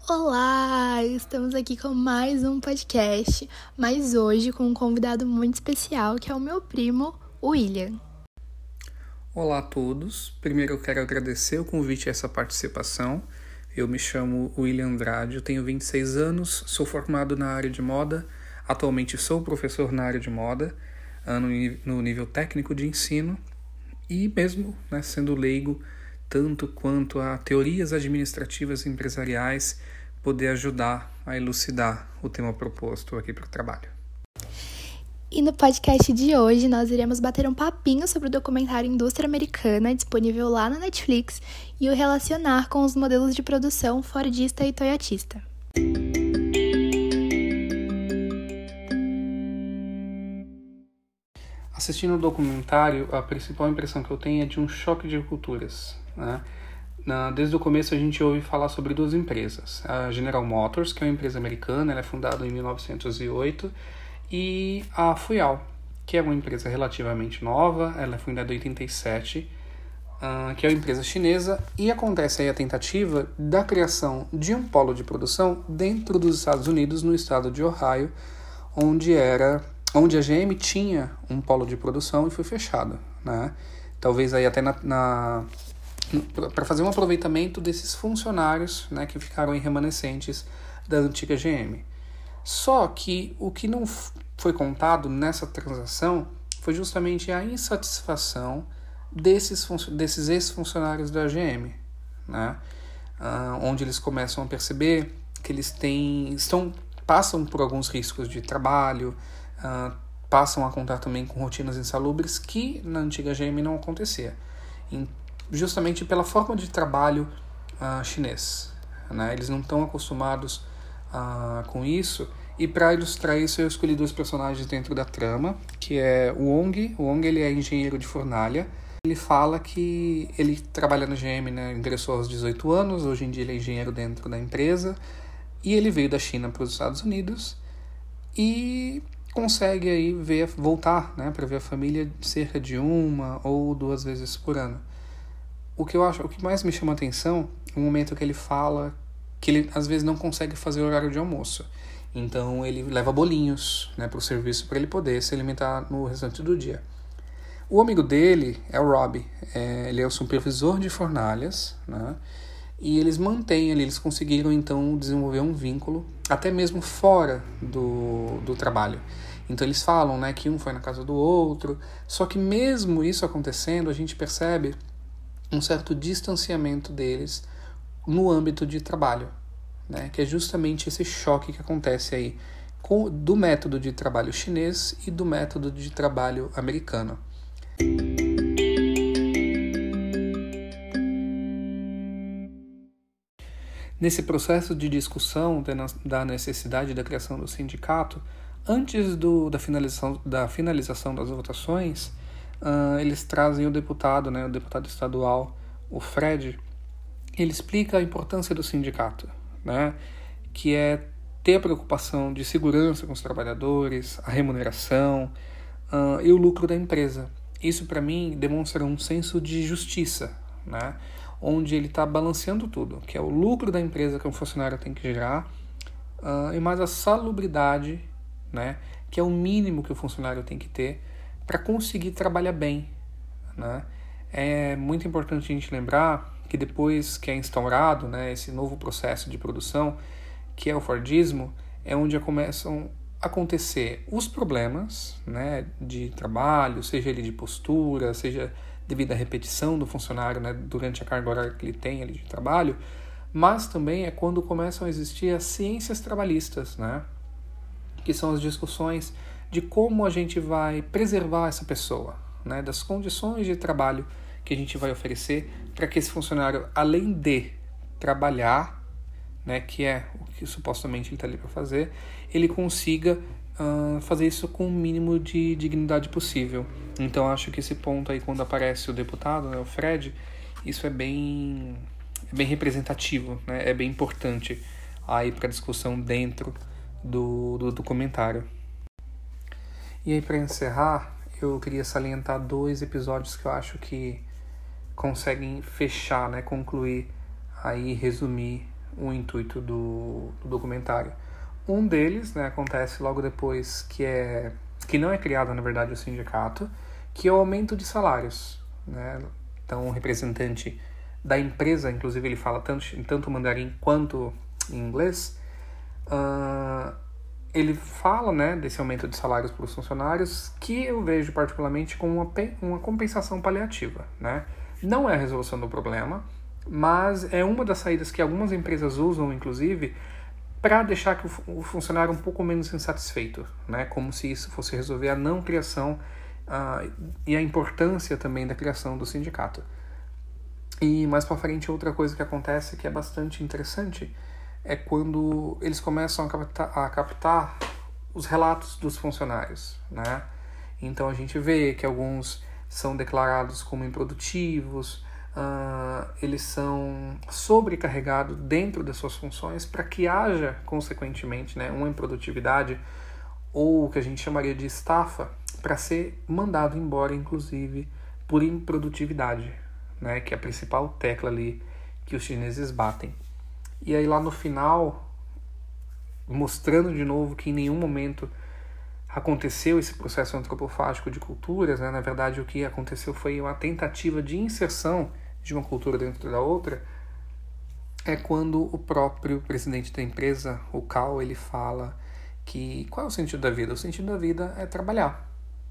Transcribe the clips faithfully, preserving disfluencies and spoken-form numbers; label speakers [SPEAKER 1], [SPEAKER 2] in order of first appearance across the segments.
[SPEAKER 1] Olá! Estamos aqui com mais um podcast, mas hoje com um convidado muito especial, que é o meu primo, William.
[SPEAKER 2] Olá a todos. Primeiro eu quero agradecer o convite a essa participação. Eu me chamo William Andrade, eu tenho vinte e seis anos, sou formado na área de moda, atualmente sou professor na área de moda, no nível técnico de ensino, e mesmo né, sendo leigo tanto quanto a teorias administrativas e empresariais, poder ajudar a elucidar o tema proposto aqui para o trabalho.
[SPEAKER 1] E no podcast de hoje nós iremos bater um papinho sobre o documentário Indústria Americana, disponível lá na Netflix, e o relacionar com os modelos de produção fordista e toyotista.
[SPEAKER 2] Assistindo o documentário, a principal impressão que eu tenho é de um choque de culturas, né? Desde o começo a gente ouve falar sobre duas empresas. A General Motors, que é uma empresa americana, ela é fundada em mil novecentos e oito, e a Fuyao, que é uma empresa relativamente nova, ela é fundada em oitenta e sete, uh, que é uma empresa chinesa, e acontece aí a tentativa da criação de um polo de produção dentro dos Estados Unidos, no estado de Ohio, onde, era, onde a G M tinha um polo de produção e foi fechado, né? Talvez aí até na... na para fazer um aproveitamento desses funcionários, né, que ficaram aí remanescentes da antiga G M. Só que o que não foi contado nessa transação foi justamente a insatisfação desses, desses ex-funcionários da G M, né, uh, onde eles começam a perceber que eles têm, estão, passam por alguns riscos de trabalho, uh, passam a contar também com rotinas insalubres que na antiga G M não acontecia. Justamente pela forma de trabalho uh, chinês, né? Eles não estão acostumados uh, com isso, e para ilustrar isso eu escolhi dois personagens dentro da trama, que é o Wong. O Wong ele é engenheiro de fornalha. Ele fala que ele trabalha na G M, né? Ingressou aos dezoito anos, hoje em dia ele é engenheiro dentro da empresa, e ele veio da China para os Estados Unidos e consegue aí ver, voltar, né? Para ver a família cerca de uma ou duas vezes por ano. O que eu acho, o que mais me chama a atenção é o momento que ele fala que ele às vezes não consegue fazer o horário de almoço. Então ele leva bolinhos, né, para o serviço para ele poder se alimentar no restante do dia. O amigo dele é o Rob, é, ele é o supervisor de fornalhas, né, e eles mantêm ali, eles conseguiram então desenvolver um vínculo até mesmo fora do, do trabalho. Então eles falam, né, que um foi na casa do outro, só que mesmo isso acontecendo, a gente percebe um certo distanciamento deles no âmbito de trabalho, né? Que é justamente esse choque que acontece aí com, do método de trabalho chinês e do método de trabalho americano. Nesse processo de discussão da necessidade da criação do sindicato, antes do, da, finalização, da finalização das votações, Uh, eles trazem o deputado, né, o deputado estadual, o Fred. Ele explica a importância do sindicato, né, que é ter a preocupação de segurança com os trabalhadores, a remuneração uh, e o lucro da empresa. Isso, para mim, demonstra um senso de justiça, né, onde ele está balanceando tudo, que é o lucro da empresa que um funcionário tem que gerar uh, e mais a salubridade, né, que é o mínimo que o funcionário tem que ter para conseguir trabalhar bem, né? É muito importante a gente lembrar que depois que é instaurado, né, esse novo processo de produção, que é o Fordismo, é onde começam a acontecer os problemas, né, de trabalho, seja ele de postura, seja devido à repetição do funcionário, né, durante a carga horária que ele tem ali de trabalho, mas também é quando começam a existir as ciências trabalhistas, né, que são as discussões de como a gente vai preservar essa pessoa, né, das condições de trabalho que a gente vai oferecer para que esse funcionário, além de trabalhar, né, que é o que supostamente ele está ali para fazer, ele consiga uh, fazer isso com o mínimo de dignidade possível. Então acho que esse ponto aí, quando aparece o deputado, né, o Fred, isso é bem, é bem representativo, né, é bem importante aí para a discussão dentro do, do documentário. E aí, para encerrar, eu queria salientar dois episódios que eu acho que conseguem fechar, né, concluir, aí resumir o intuito do, do documentário. Um deles, né, acontece logo depois que, é, que não é criado, na verdade, o sindicato, que é o aumento de salários, né? Então, o representante da empresa, inclusive ele fala tanto em tanto mandarim quanto em inglês, uh, ele fala, né, desse aumento de salários para os funcionários, que eu vejo particularmente como uma, uma compensação paliativa, né? Não é a resolução do problema, mas é uma das saídas que algumas empresas usam, inclusive, para deixar que o funcionário um pouco menos insatisfeito, né? Como se isso fosse resolver a não criação uh, e a importância também da criação do sindicato. E mais para frente, outra coisa que acontece que é bastante interessante é quando eles começam a captar, a captar os relatos dos funcionários, né? Então a gente vê que alguns são declarados como improdutivos, Uh, eles são sobrecarregados dentro das suas funções para que haja, consequentemente, né, uma improdutividade ou o que a gente chamaria de estafa para ser mandado embora, inclusive, por improdutividade, né, que é a principal tecla ali que os chineses batem. E aí lá no final, mostrando de novo que em nenhum momento aconteceu esse processo antropofágico de culturas, né? Na verdade, o que aconteceu foi uma tentativa de inserção de uma cultura dentro da outra, é quando o próprio presidente da empresa, o Cao, ele fala que qual é o sentido da vida? O sentido da vida é trabalhar,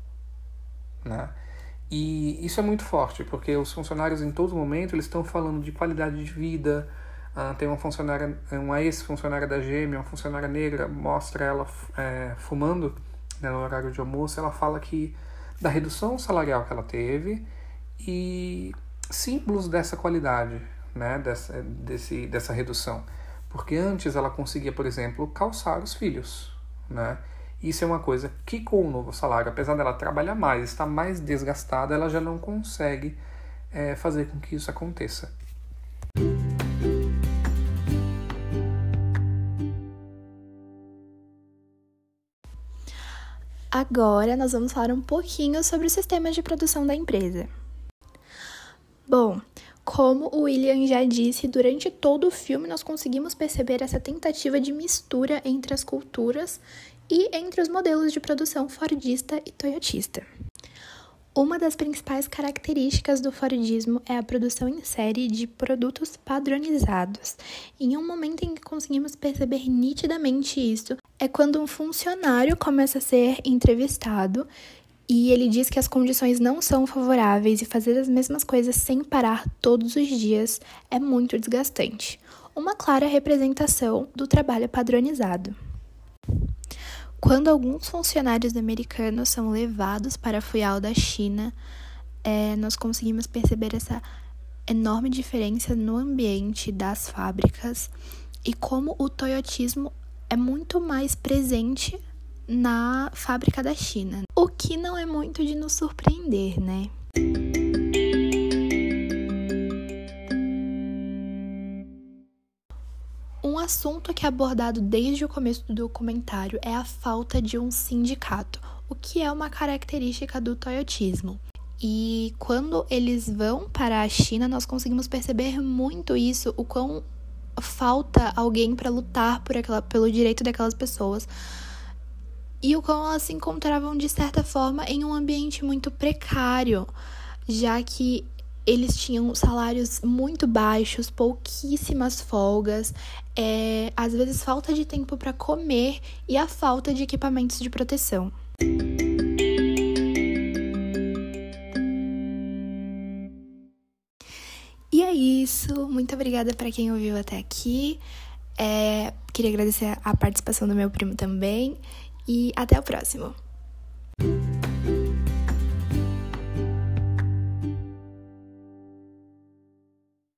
[SPEAKER 2] né? E isso é muito forte, porque os funcionários em todo momento eles estão falando de qualidade de vida. Uh, tem uma funcionária, uma ex-funcionária da G M, uma funcionária negra, mostra ela é, fumando, né, no horário de almoço. Ela fala que da redução salarial que ela teve e símbolos dessa qualidade, né, dessa, desse, dessa redução. Porque antes ela conseguia, por exemplo, calçar os filhos, né? Isso é uma coisa que com o novo salário, apesar dela trabalhar mais, estar mais desgastada, ela já não consegue é, fazer com que isso aconteça.
[SPEAKER 1] Agora nós vamos falar um pouquinho sobre o sistema de produção da empresa. Bom, como o William já disse, durante todo o filme nós conseguimos perceber essa tentativa de mistura entre as culturas e entre os modelos de produção fordista e toyotista. Uma das principais características do fordismo é a produção em série de produtos padronizados. Em um momento em que conseguimos perceber nitidamente isso, é quando um funcionário começa a ser entrevistado e ele diz que as condições não são favoráveis e fazer as mesmas coisas sem parar todos os dias é muito desgastante. Uma clara representação do trabalho padronizado. Quando alguns funcionários americanos são levados para a Fuyao da China, é, nós conseguimos perceber essa enorme diferença no ambiente das fábricas e como o toyotismo é muito mais presente na fábrica da China, o que não é muito de nos surpreender, né? Um assunto que é abordado desde o começo do documentário é a falta de um sindicato, o que é uma característica do toyotismo. E quando eles vão para a China, nós conseguimos perceber muito isso, o quão falta alguém para lutar por aquela, pelo direito daquelas pessoas. E o quão elas se encontravam, de certa forma, em um ambiente muito precário, já que eles tinham salários muito baixos, pouquíssimas folgas, é, às vezes falta de tempo para comer e a falta de equipamentos de proteção. E é isso, muito obrigada para quem ouviu até aqui. É, queria agradecer a participação do meu primo também. E até o próximo!